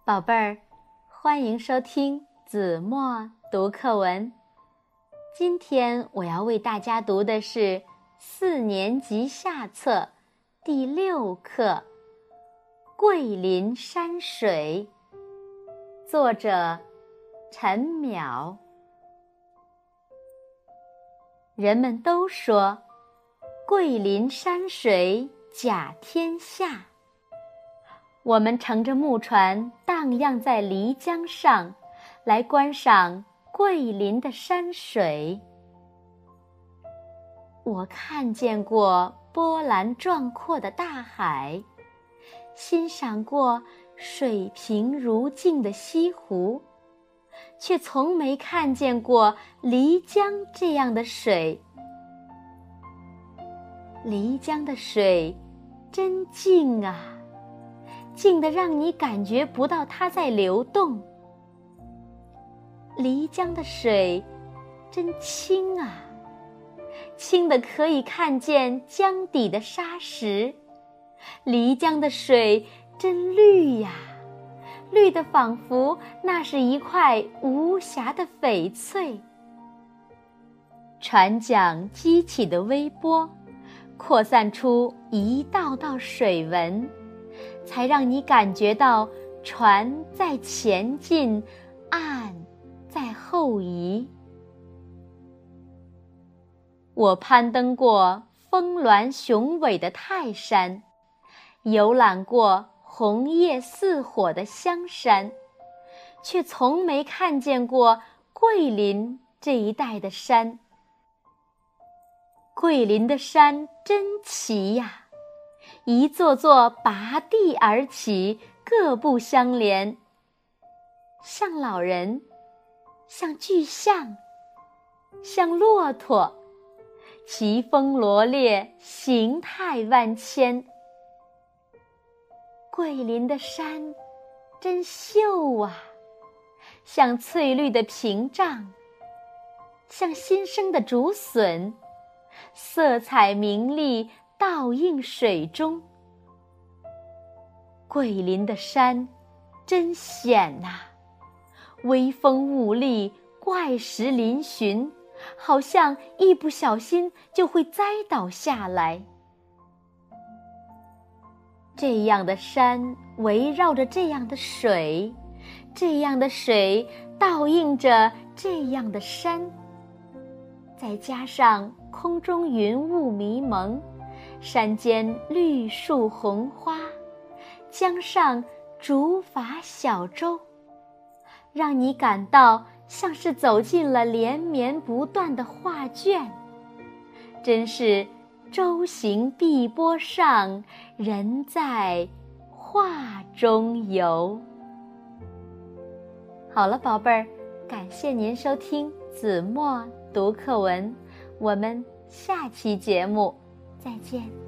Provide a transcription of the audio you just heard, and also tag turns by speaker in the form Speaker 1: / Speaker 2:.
Speaker 1: 宝贝儿，欢迎收听子墨读课文。今天我要为大家读的是4年级下册第6课《桂林山水》，作者陈淼。人们都说桂林山水甲天下，我们乘着木船荡漾在漓江上，来观赏桂林的山水。我看见过波澜壮阔的大海，欣赏过水平如镜的西湖，却从没看见过漓江这样的水。漓江的水真静啊，静得让你感觉不到它在流动。漓江的水真清啊，清得可以看见江底的沙石。漓江的水真绿呀，绿得仿佛那是一块无瑕的翡翠。船桨激起的微波，扩散出一道道水纹，才让你感觉到船在前进，岸在后移。我攀登过峰峦雄伟的泰山，游览过红叶似火的香山，却从没看见过桂林这一带的山。桂林的山真奇呀，一座座拔地而起，各不相连，像老人，像巨象，像骆驼，奇峰罗列，形态万千。桂林的山真秀啊，像翠绿的屏障，像新生的竹笋，色彩明丽，倒映水中。桂林的山真险啊，微风兀立，怪石嶙峋，好像一不小心就会栽倒下来。这样的山围绕着这样的水，这样的水倒映着这样的山，再加上空中云雾迷蒙，山间绿树红花，江上竹筏小舟，让你感到像是走进了连绵不断的画卷。真是舟行碧波上，人在画中游。好了，宝贝儿，感谢您收听子墨读课文，我们下期节目再见。